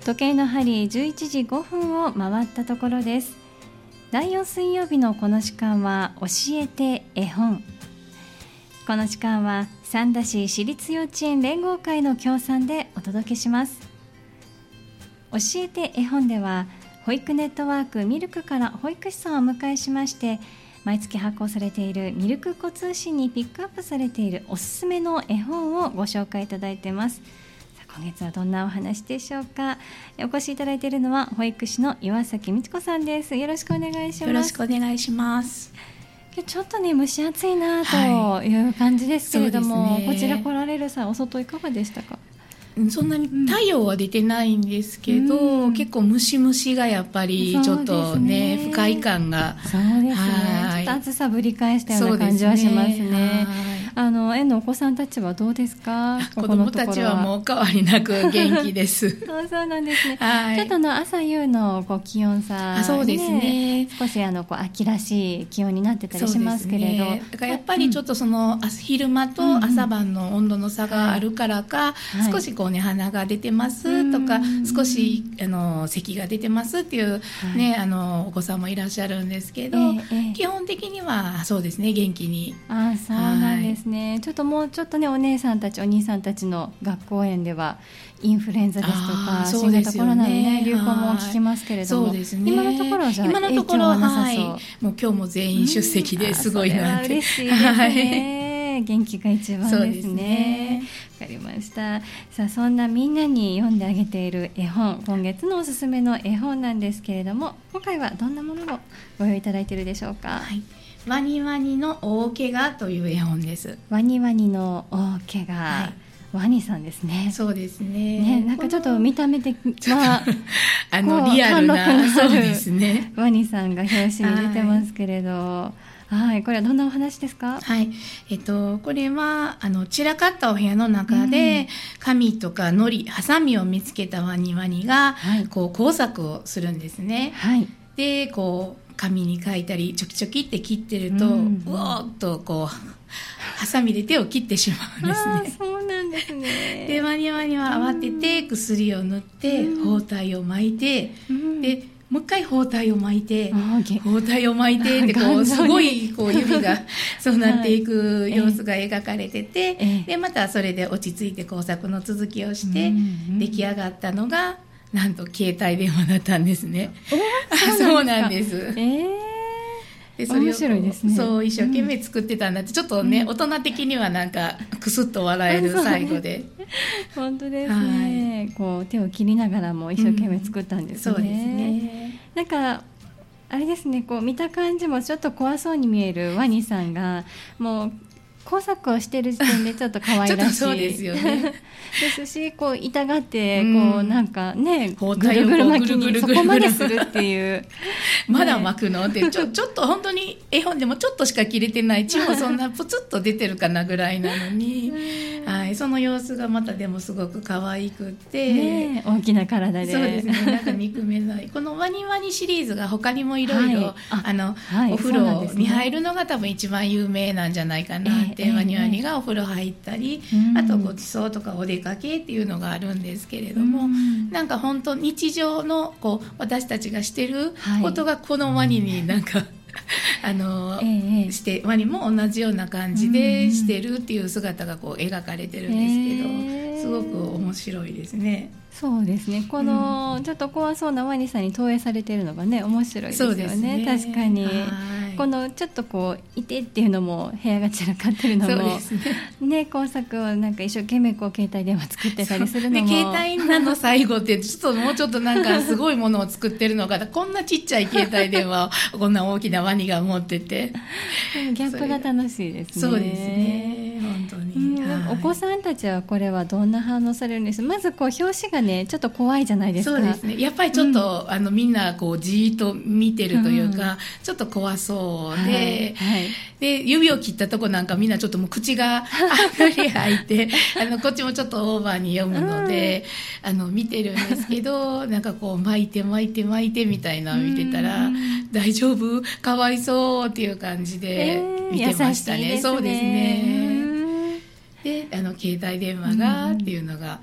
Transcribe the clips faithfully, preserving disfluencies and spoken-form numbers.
時計の針じゅういちじごふんを回ったところです。だいよん水曜日のこの時間は教えて絵本。この時間は三田市私立幼稚園連合会の協賛でお届けします。教えて絵本では保育ネットワークミルクから保育士さんをお迎えしまして、毎月発行されているミルク子通信にピックアップされているおすすめの絵本をご紹介いただいています。今月はどんなお話でしょうか。お越しいただいているのは保育士の岩崎美智子さんです。よろしくお願いします。 よろしくお願いします。 今日ちょっとね蒸し暑いなという感じですけれども、はい、ね、こちら来られる際お外いかがでしたか？ そんなに太陽は出てないんですけど、うん、結構ムシムシがやっぱりちょっと ね, ね不快感が、 そうですね、ちょっと暑さぶり返したような感じはしますね。あの園のお子さんたちはどうですか？ 子供たちはもう変わりなく元気ですそうそうなんですね、 はい、 ちょっとの朝夕のこう気温差、ね、 そうですね、 少しあのこう秋らしい気温になってたりしますけれど、 ね、だからやっぱりちょっとその、うん、昼間と朝晩の温度の差があるからか、うんうん、少しこうね鼻が出てますとか、うん、少しあの咳が出てますっていう、ね、はい、あのお子さんもいらっしゃるんですけど、えーえー、基本的にはそうですね、元気に。 あ、そうなんですね、はい、ちょっともうちょっとねお姉さんたちお兄さんたちの学校園ではインフルエンザですとか、新型コロナの、ね、流行も聞きますけれども、そうですね、今のところはじゃあ今のところ影響はなさそう、 はい、もう今日も全員出席ですごいなって、 うん、嬉しいですね、はい、元気が一番ですね。 そうですね、 わかりました。さあ、そんなみんなに読んであげている絵本、今月のおすすめの絵本なんですけれども、今回はどんなものをご用意いただいているでしょうか？ はい、ワニワニの大怪我という絵本です。 ワニワニの大怪我、はい、ワニさんですね。 そうです ね, ね、なんかちょっと見た目的はあのリアルな、そうですね、 ワニさんが表紙に出てますけれど、はいはい、これはどんなお話ですか？ はい、えっと、これはあの散らかったお部屋の中で、うん、紙とかのり、ハサミを見つけたワニワニが、はい、こう工作をするんですね、はい、でこう紙に書いたりちょきちょきって切ってると、うん、うおーっとこうハサミで手を切ってしまうんですね。 あ、そうなんですね。 でワニワニは慌てて薬を塗って、うん、包帯を巻いて、うん、でもう一回包帯を巻いて、包帯を巻いてってこうすごいこう指がそうなっていく様子が描かれてて、はい、でまたそれで落ち着いて工作の続きをして出来上がったのがなんと携帯電話だったんですね。そうなんです。えーでそれを面白いですね。そう一生懸命作ってたんだって、うん、ちょっとね、うん、大人的にはなんかクスッと笑える最後で本当ですね、はい、こう手を切りながらも一生懸命作ったんですね、うん、そうですね。なんかあれですね、こう見た感じもちょっと怖そうに見えるワニさんがもう工作をしている時点でちょっと可愛らしいそうですよねですし、こう痛がってこう、うん、なんかね包帯をぐるぐるぐるそこまでするっていうまだ巻くのってちょ、ちょっと本当に絵本でもちょっとしか切れてない血もそんなプツッと出てるかなぐらいなのにはい、その様子がまたでもすごく可愛くって、 ね、大きな体で、 そうですね、なんか憎めないこのワニワニシリーズが他にもいろいろお風呂に入るのが多分一番有名なんじゃないかなって、えー、ワニワニがお風呂入ったり、えー、あとごちそうとかお出かけっていうのがあるんですけれども、うん、なんか本当日常のこう私たちがしてることがこのワニになんか、はいあのええ、してワニも同じような感じでしてるっていう姿がこう描かれてるんですけど、えー、すごく面白いですね。 そうですね、この、うん、ちょっと怖そうなワニさんに投影されているのがね面白いですよ ね, ね確かにこのちょっとこういてっていうのも部屋が散らかってるのもそうです ね, ね工作をなんか一生懸命こう携帯電話作ってたりするのも、 ね、携帯なの最後ってちょっともうちょっとなんかすごいものを作ってるのかこんなちっちゃい携帯電話をこんな大きなワニが持っててでもギャップが楽しいですね。 そうですね本当に、 うん、お子さんたちはこれはどんな反応されるんですか？まずこう表紙がねちょっと怖いじゃないですか。 そうですね、やっぱりちょっと、うん、あのみんなこうじーっと見てるというか、うん、ちょっと怖そうで、はいはい、で指を切ったとこなんかみんなちょっともう口があんまり開いてあのこっちもちょっとオーバーに読むので、うん、あの見てるんですけどなんかこう巻いて巻いて巻いてみたいなの見てたら、うん、大丈夫かわいそうっていう感じで見てましたね、えー、優しいですね。そうですね。であの携帯電話がっていうのが、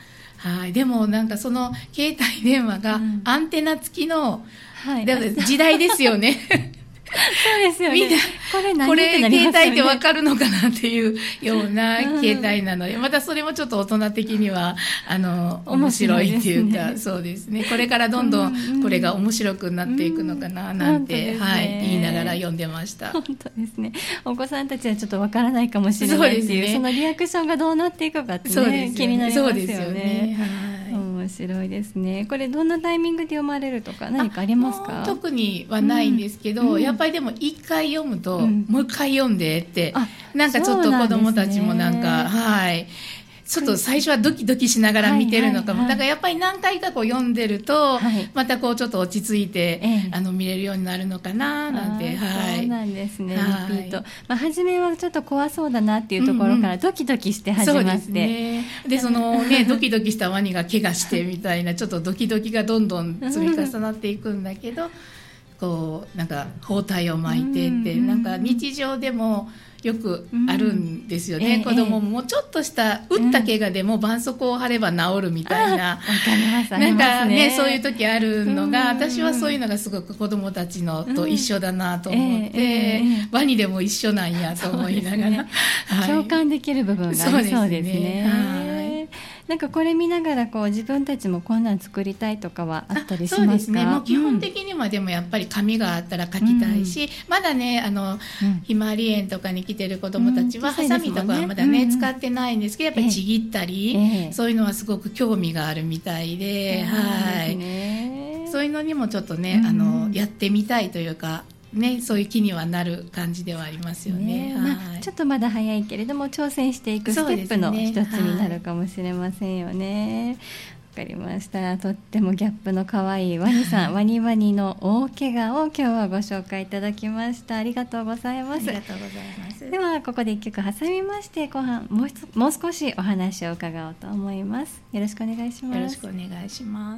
はい、でもなんかその携帯電話がアンテナ付きの、 うんはい、 だから時代ですよねそうですよね。 みんなこれ何これってなりますよね。 携帯ってわかるのかなっていうような携帯なので、うん、またそれもちょっと大人的にはあの面白いっていうか、ね、そうですね。これからどんどんこれが面白くなっていくのかななんて、うんうん、はい、言いながら読んでました。 本当ですね。お子さんたちはちょっとわからないかもしれないっていう、 そ, ね、そのリアクションがどうなっていくかってね、ね気になりますよね。そうですよね。はい、面白いですね。これどんなタイミングで読まれるとか何かありますか？ 特にはないんですけど、うん、やっぱりでも一回読むと、うん、もう一回読んでって、なんかちょっと子供たちもなんか、はいちょっと最初はドキドキしながら見てるのかも、はいはいはい、だからやっぱり何回かこう読んでると、はい、またこうちょっと落ち着いて、ええ、あの見れるようになるのかななんて、はい、 そうなんですね、はい、リピート、まあ、初めはちょっと怖そうだなっていうところからドキドキして始まって、うんうん、そうですね。 でそのねドキドキしたワニが怪我してみたいなちょっとドキドキがどんどん積み重なっていくんだけど、こうなんか包帯を巻いてって、うんうん、なんか日常でもよくあるんですよね、うんえー、子供もちょっとした打った怪我でも絆創膏を貼れば治るみたいな、 うん、 なんかねそういう時あるのが、うん、私はそういうのがすごく子供たちのと一緒だなと思って、うんえーえー、ワニでも一緒なんやと思いながら、ねはい、共感できる部分がありそうですね。そうですね。はいなんかこれ見ながらこう自分たちもこんなん作りたいとかはあったりしますか？そうですね。 もう基本的にはでもやっぱり紙があったら描きたいし、うん、まだねあの、うん、ひまわり園とかに来てる子どもたちは、うん、ハサミとかはまだね、うん、使ってないんですけどやっぱりちぎったり、えー、そういうのはすごく興味があるみたいで、えー、はい、ね、そういうのにもちょっとね、うん、あのやってみたいというかね、そういう気にはなる感じではありますよね。 ね、まあ、ちょっとまだ早いけれども挑戦していくステップの一つになるかもしれませんよね。わかりました。とってもギャップの可愛いワニさんワニワニの大怪我を今日はご紹介いただきました。ありがとうございます。 ありがとうございます。 ではここで一曲挟みまして後半もう、もう少しお話を伺おうと思います。よろしくお願いします。 よろしくお願いします。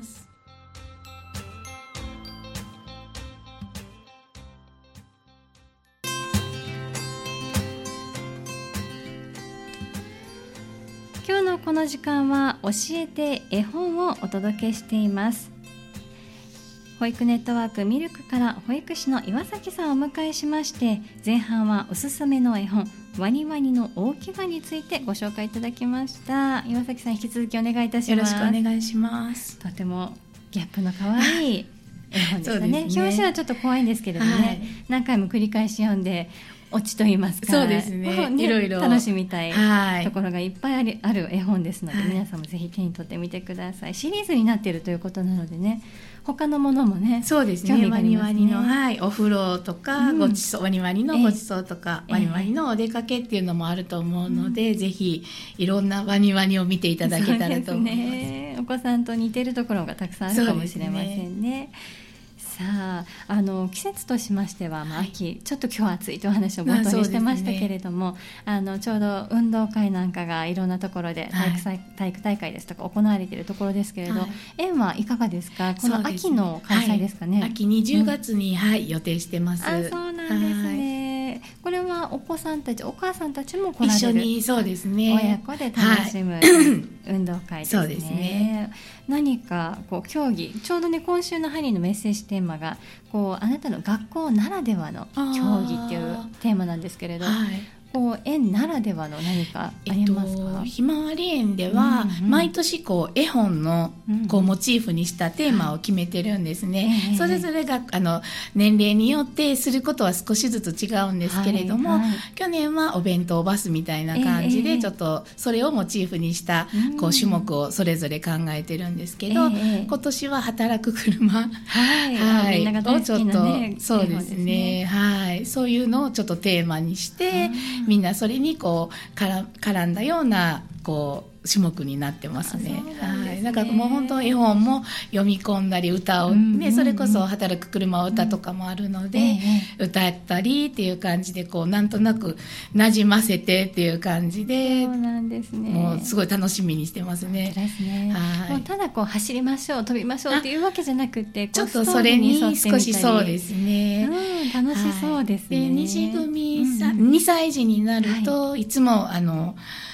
今日のこの時間は教えて絵本をお届けしています。保育ネットワークミルクから保育士の岩崎さんをお迎えしまして、前半はおすすめの絵本ワニワニの大怪我についてご紹介いただきました。岩崎さん引き続きお願いいたします。 よろしくお願いします。 とてもギャップの可愛い絵本でした ね, ね表紙はちょっと怖いんですけれどもね、はい、何回も繰り返し読んでオチと言いますか、 そうですね、ねいろいろ楽しみたいところがいっぱいある、ある絵本ですので、はい、皆さんもぜひ手に取ってみてください。シリーズになっているということなのでね、他のものもね、 そうですね、ワニワニの、はい、お風呂とか、うん、ごちそうワニワニのごちそうとか、えー、ワニワニのお出かけっていうのもあると思うので、えー、ぜひいろんなワニワニを見ていただけたらと思います。そうですね、 お子さんと似てるところがたくさんあるかもしれませんね。さあ、あの季節としましては、まあ、秋、はい、ちょっと今日は暑いという話を冒頭にしてましたけれども、あ、ね、あのちょうど運動会なんかがいろんなところで体育、はい、体育大会ですとか行われているところですけれど、はい、園はいかがですか？この秋の開催ですかね。 はい、秋にじゅうがつに、うんはい、予定してます。 あ、そうなんですね。はい、これはお子さんたちお母さんたちも来られる一緒に、そうですね、 親子で楽しむ、はい、運動会ですね。そうですね。何かこう競技、ちょうどね今週のハリーのメッセージテーマがこうあなたの学校ならではの競技っていうテーマなんですけれど、はい、こう園ならではの何かありますか？えっと、 ひまわり園では、うんうん、毎年こう絵本のこうモチーフにしたテーマを決めてるんですね、うんうん、それぞれがあの年齢によってすることは少しずつ違うんですけれども、はいはい、去年はお弁当バスみたいな感じで、えー、ちょっとそれをモチーフにしたこう種目をそれぞれ考えてるんですけど、えー、今年は働く車、 はいはい、みんなが大好きな、ね、 そうですね、はい、そういうのをちょっとテーマにしてみんなそれにこうから絡んだようなこう種目になってますね。はい、だからもう本当絵本も読み込んだり歌を、ねうんうんうん、それこそ働く車歌とかもあるので、うんええ、歌ったりっていう感じでこうなんとなくなじませてっていう感じで、 そうなんですね、 もうすごい楽しみにしてますね。 ですね、はい、もうただこう走りましょう飛びましょうっていうわけじゃなくて、 ちょっとそれに少しそうですね、 うん、楽しそうですね。 はい、で西組さん、うん、にさい児になると、はい、いつもあの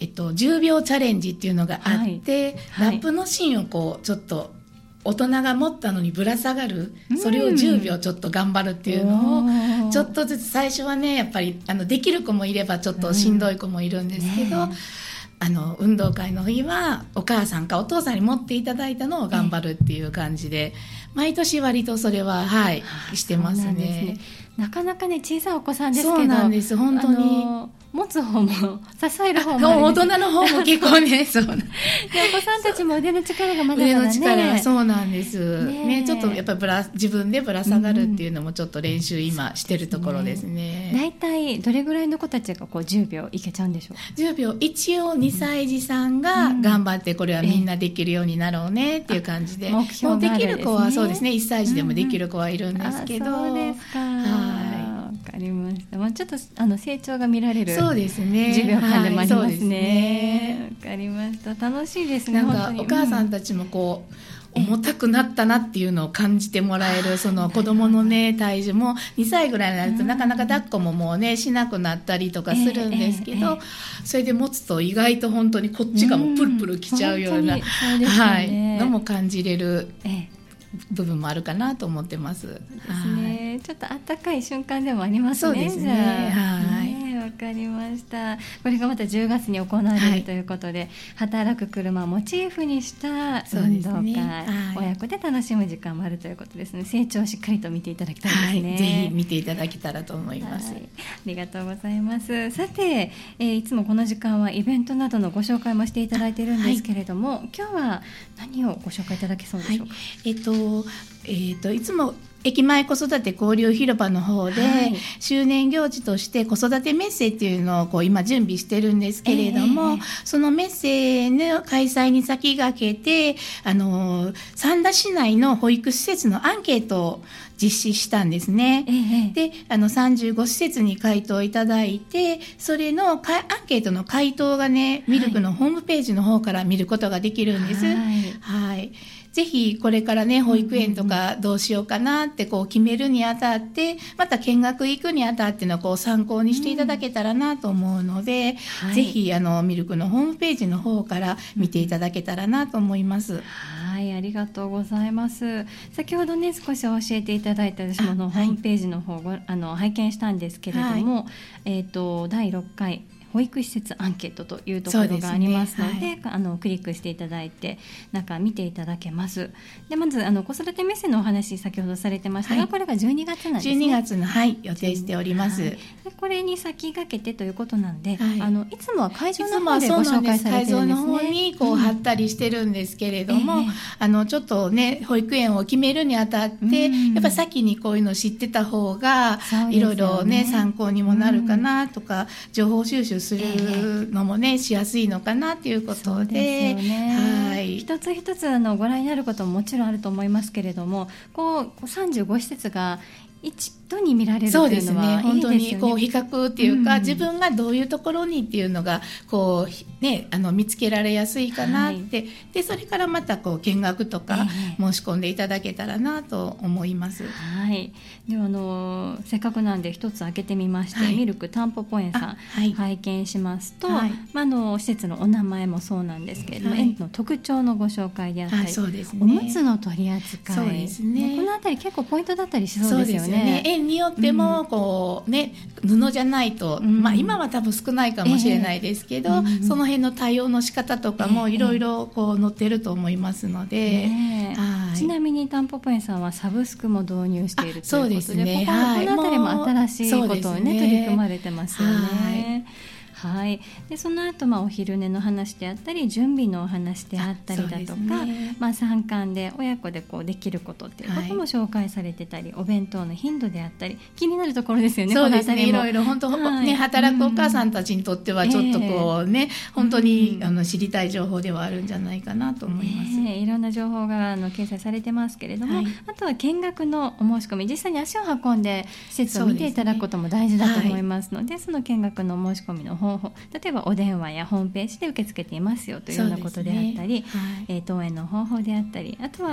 えっと、じゅうびょうチャレンジっていうのがあって、はいはい、ラップの芯をこうちょっと大人が持ったのにぶら下がる、それをじゅうびょうちょっと頑張るっていうのをちょっとずつ、最初はねやっぱりあのできる子もいればちょっとしんどい子もいるんですけど、ね、あの運動会の日はお母さんかお父さんに持っていただいたのを頑張るっていう感じで、毎年割とそれは、はい、してますね。 なかなかね小さいお子さんですけど、 そうなんです本当に持つ方も支える方も大人の方も結構ねそうなでお子さんたちも腕の力がまだまだね、 腕の力そうなんですね。ねちょっとやっぱりぶら自分でぶら下がるっていうのもちょっと練習今してるところですね。 だいたいどれぐらいの子たちがこうじゅうびょういけちゃうんでしょう。 じゅうびょう一応にさい児さんが頑張ってこれはみんなできるようになろうねっていう感じで、目標があるんですね。もうできる子はそうですねいっさい児でもできる子はいるんですけど、うんうん、そうですか、はい、わかりました。まあ、ちょっとあの成長が見られるそうですねじゅうびょうかんでもありますね。はい、そうですね。 わかりました。楽しいですね。 なんかお母さんたちもこう、うん、重たくなったなっていうのを感じてもらえる、その子供のね体重もにさいぐらいになると、うん、なかなか抱っこももうねしなくなったりとかするんですけど、えーえーえー、それで持つと意外と本当にこっちがもうプルプルきちゃうような、うんねはい、のも感じれる、えー部分もあるかなと思ってます。そうですね、はい、ちょっと暖かい瞬間でもありますね。 そうですね、はい、 ね、わかりました。これがまたじゅうがつに行われるということで、はい、働く車をモチーフにした運動会、ねはい、親子で楽しむ時間もあるということですね。成長をしっかりと見ていただきたいですね。はい、ぜひ見ていただけたらと思います。 はい、ありがとうございます。さて、えー、いつもこの時間はイベントなどのご紹介もしていただいているんですけれども、はい、今日は何をご紹介いただけそうでしょうか。はい、 えっとえー、といつも駅前子育て交流広場の方で、はい、周年行事として子育てメッセっていうのをこう今準備してるんですけれども、えー、そのメッセの開催に先駆けてあの三田市内の保育施設のアンケートを実施したんですね。えー、であのさんじゅうご施設に回答いただいて、それのかアンケートの回答がねミルクのホームページの方から見ることができるんです。はい、はい、ぜひこれからね保育園とかどうしようかなってこう決めるにあたって、また見学行くにあたってのこう参考にしていただけたらなと思うので、うん、ぜひあのミルクのホームページの方から見ていただけたらなと思います。 はい、ありがとうございます。先ほどね少し教えていただいた私ものホームページの方をあの拝見したんですけれども、はい、えーと、だいろっかい保育施設アンケートというところがありますの で, で、ねはい、あのクリックしていただいて中見ていただけます。でまずあの子育て目線のお話先ほどされてましたが、はい、これがじゅうにがつなんですね。 じゅうにがつの、はい、予定しております。はい、でこれに先駆けてということなんで、はい、あのいつもは会場の方でご紹介されてるんですね。会場の方にこう貼ったりしてるんですけれども、うんえー、あのちょっとね保育園を決めるにあたって、うん、やっぱ先にこういうのを知ってた方が、ね、いろいろね参考にもなるかなとか、うん、情報収集する、えーのもねしやすいのかなということで、そうですよね、はい、一つ一つあのご覧になることももちろんあると思いますけれども、こうさんじゅうご施設が一度に見られるというのはいいですよね。そうですね、本当にこう比較っていうか、うん、自分がどういうところにっていうのがこう、ね、あの見つけられやすいかなって、はい、でそれからまたこう見学とか申し込んでいただけたらなと思います。はい、ではあのせっかくなんで一つ開けてみまして、はい、ミルクタンポポ園さん、はい、拝見しますと、はい、まあ、あの施設のお名前もそうなんですけれども、はい、園の特徴のご紹介であったり、はい、そうですね、おむつの取り扱い、そうですね、このあたり結構ポイントだったりしそうですよね。ね、園によってもこう、ね、布じゃないと、うん、まあ、今は多分少ないかもしれないですけど、えー、その辺の対応の仕方とかもいろいろこう載ってると思いますので、えーはい、ちなみにタンポポ園さんはサブスクも導入しているということで、そうですね、ここ、はい、このあたりも新しいことを、ね、取り組まれてますよね。はいはい、でその後、まあ、お昼寝の話であったり準備のお話であったりだとか、ね、まあ、参観で親子でこうできることっていうことも紹介されてたり、はい、お弁当の頻度であったり気になるところですよね。そうですね、いろいろ本当、はい、ね、働くお母さんたちにとってはちょっとこうね、えー、本当に、うん、あの知りたい情報ではあるんじゃないかなと思います。えー、いろんな情報があの掲載されてますけれども、はい、あとは見学のお申し込み、実際に足を運んで施設を見ていただくことも大事だと思いますので、 そ, で、ね、はい、その見学の申し込みの方法、例えばお電話やホームページで受け付けていますよというようなことであったり、ね、はい、えー、登園の方法であったり、あとは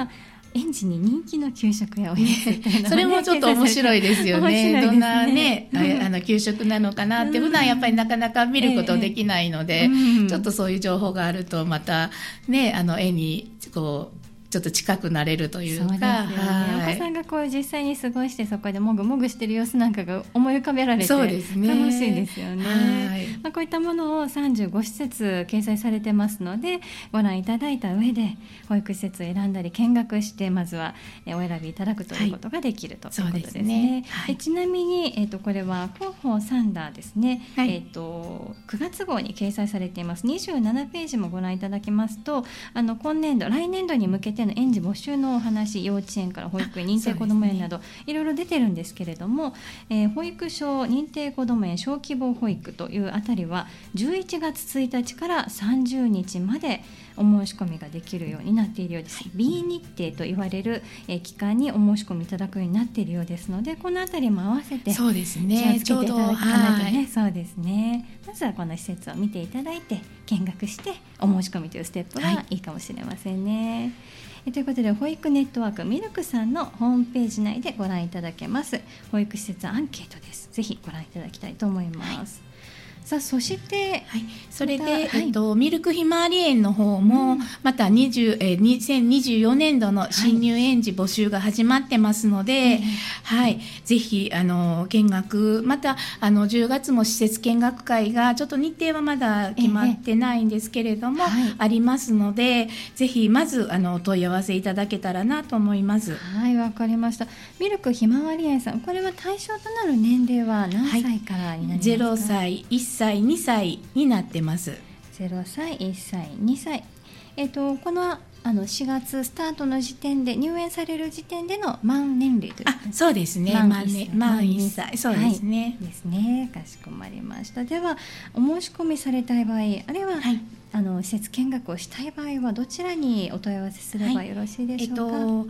園児に人気の給食やおやつみたいな、ね、 それもちょっと面白いですよ ね, ねどんなねあの給食なのかなって普段やっぱりなかなか見ることできないので、うん、ちょっとそういう情報があるとまたねあの絵にこうちょっと近くなれるというか、 そうですよね、はい、お子さんがこう実際に過ごしてそこでもぐもぐしてる様子なんかが思い浮かべられて楽しいですよね。はい、まあ、こういったものをさんじゅうご施設掲載されてますのでご覧いただいた上で保育施設を選んだり見学してまずはお選びいただくということができるということですね。はい、そうですね。はい、ちなみに、えー、とこれは広報サンダーですね、はい、えー、とくがつ号に掲載されていますにじゅうななページもご覧いただきますと、あの今年度来年度に向けての園児募集のお話、幼稚園から保育園、認定こども園など、ね、いろいろ出てるんですけれども、えー、保育所、認定こども園、小規模保育というあたりはじゅういちがつついたちからさんじゅうにちまでお申し込みができるようになっているようです。 B 日程と言われる、えー、期間にお申し込みいただくようになっているようですので、このあたりも合わせてそうですね、 気をつけていただかないとね。そうですね、まずはこの施設を見ていただいて見学してお申し込みというステップがいいかもしれませんね。はい、ということで保育ネットワークミルクさんのホームページ内でご覧いただけます保育施設アンケートです。ぜひご覧いただきたいと思います。はい、さあそして、 はい、それで、はい、えっと、ミルクひまわり園の方も、うん、またにじゅう、えー、にせんにじゅうよねんどの新入園児募集が始まってますので、はい、はい、ぜひあの見学、またあのじゅうがつも施設見学会がちょっと日程はまだ決まってないんですけれども、はい、ありますので、ぜひまずあのお問い合わせいただけたらなと思います。 はい、わかりました。ミルクひまわり園さん、これは対象となる年齢は何歳からになりますか？はい、ゼロさい、いっさい、にさいになってます。 ゼロさい、いっさい、にさい、えー、とこのあのしがつスタートの時点で入園される時点での満年齢という、ね、 あ、そうですね、満いっさい、満いっさい、そうですね、 はい、ですね、かしこまりました。ではお申し込みされたい場合、あるいは、はい、あの施設見学をしたい場合はどちらにお問い合わせすればよろしいでしょうか？はい、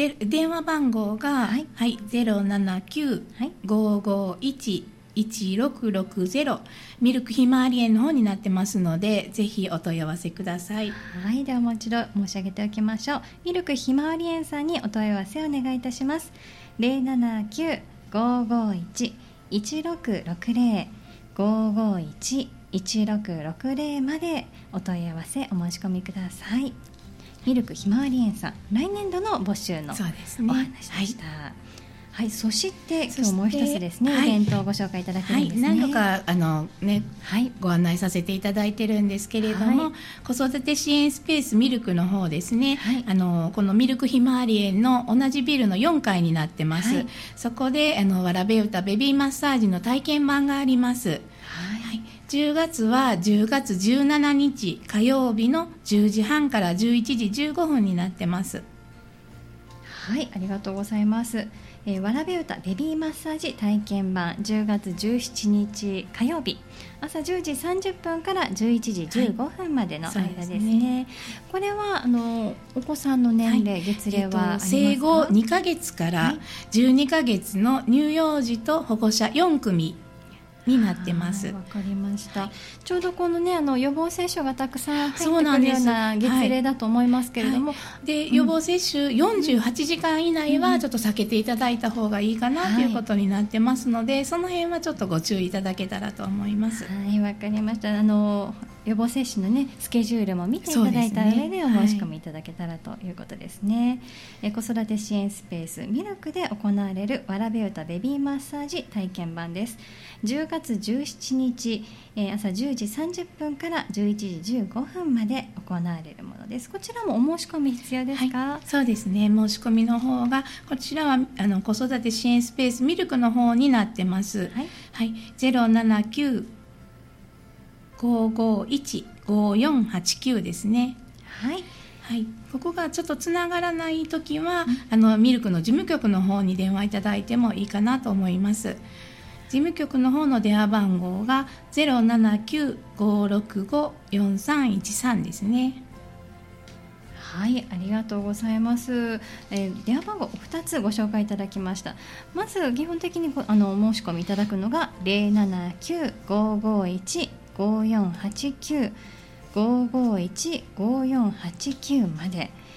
えっと、電話番号が、はいはい、ゼロななきゅう ごーごーいち いちろくろくゼロ ミルクひまわり園の方になってますので、ぜひお問い合わせください。 はい、ではもう一度申し上げておきましょう。ミルクひまわり園さんにお問い合わせをお願いいたします。ゼロななきゅう ごーごーいち いちろくろくゼロ ごーごーいち いちろくろくゼロ までお問い合わせお申し込みください。ミルクひまわり園さん、来年度の募集のお話でした。はい、そして今日もう一つですね、はい、イベントをご紹介いただけるんですね。 はい、何度かあの、ね、はい、ご案内させていただいてるんですけれども、はい、子育て支援スペースミルクの方ですね、はい、あのこのミルクひまわり園の同じビルのよんかいになってます。はい、そこであのわらべ歌ベビーマッサージの体験版があります。はい、はい、じゅうがつはじゅうがつじゅうしちにち火曜日のじゅうじはんからじゅういちじじゅうごふんになってます。 はい、ありがとうございます。えー、わらべ歌ベビーマッサージ体験版じゅうがつじゅうしちにち火曜日朝じゅうじさんじゅっぷんからじゅういちじじゅうごふんまでの間ですね。はい、ですね、これはあのお子さんの年齢、はい、月齢はありますか？ えっと、生後にかげつからじゅうにかげつの乳幼児と保護者よんくみになってます。 わかりました。はい、ちょうどこのね、あの予防接種がたくさん入ってくるような月齢だと思いますけれども、はいはい、で予防接種よんじゅうはちじかん以内はちょっと避けていただいた方がいいかなということになってますので、はい、その辺はちょっとご注意いただけたらと思います。 はい、わかりました。あの予防接種の、ね、スケジュールも見ていただいた上でお申し込みいただけたらということですね。はい、え子育て支援スペースミルクで行われるわらべ歌ベビーマッサージ体験版です。じゅうがつじゅうしちにち、えー、朝じゅうじさんじゅっぷんからじゅういちじじゅうごふんまで行われるものです。こちらもお申し込み必要ですか？ はい、そうですね、申し込みの方がこちらはあの子育て支援スペースミルクの方になってます。はい、はい、ゼロななきゅう ごーごーいち ごーよんはちきゅうですね。 はい、 はい、ここがちょっとつながらないときは、うん、あのミルクの事務局の方に電話いただいてもいいかなと思います。事務局の方の電話番号が ゼロななきゅう ごーろくご よんさんいちさん ですね。 はい、ありがとうございます。えー、電話番号ふたつご紹介いただきました。まず基本的にあのお申し込みいただくのが ゼロななきゅう ごーごーいち ごーよんはちきゅう ごーごーいち ごーよんはちきゅう まで。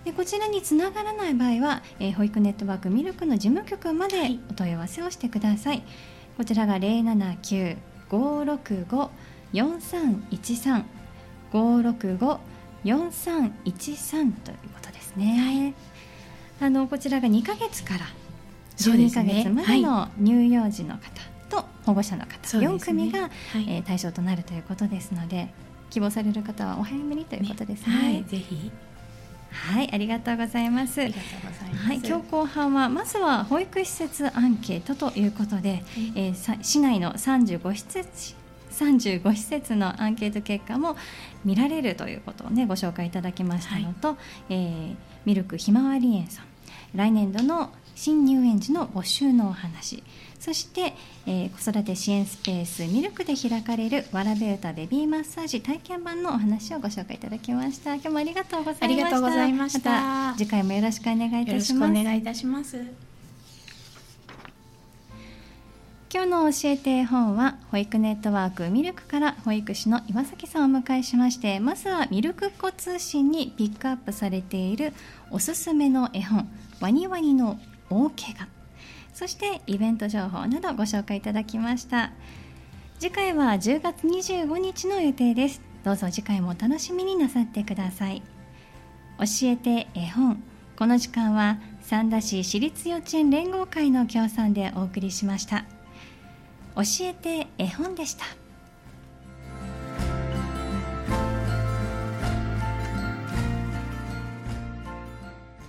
でこちらにつながらない場合は、えー、保育ネットワークミルクの事務局までお問い合わせをしてください、はい、こちらが ゼロななきゅう ごーろくご よんさんいちさん ごーろくご よんさんいちさんということですね、はい、あのこちらがにかげつからじゅうにかげつまでの乳幼児の方と保護者の方、はい、よん組が、はいえー、対象となるということですので、希望される方はお早めにということですね。 ねはい、ぜひ。 はい、ありがとうございます。ありがとうございます。はい、今日後半はまずは保育施設アンケートということで、うんえー、市内のさんじゅうご施設さんじゅうご施設のアンケート結果も見られるということを、ね、ご紹介いただきましたのと、はいえー、ミルクひまわり園さん来年度の新入園児の募集のお話、そして、えー、子育て支援スペースミルクで開かれるわらべ歌ベビーマッサージ体験版のお話をご紹介いただきました。今日もありがとうございました。 ありがとうございました。 また次回もよろしくお願いいたします。 よろしくお願いいたします。 今日の教えて絵本は保育ネットワークミルクから保育士の岩崎さんをお迎えしまして、まずはミルクっ子通信にピックアップされているおすすめの絵本ワニワニの大怪我、そしてイベント情報などご紹介いただきました。次回はじゅうがつにじゅうごにちの予定です。どうぞ次回もお楽しみになさってください。教えて絵本、この時間は三田市私立幼稚園連合会の協賛でお送りしました。教えて絵本でした。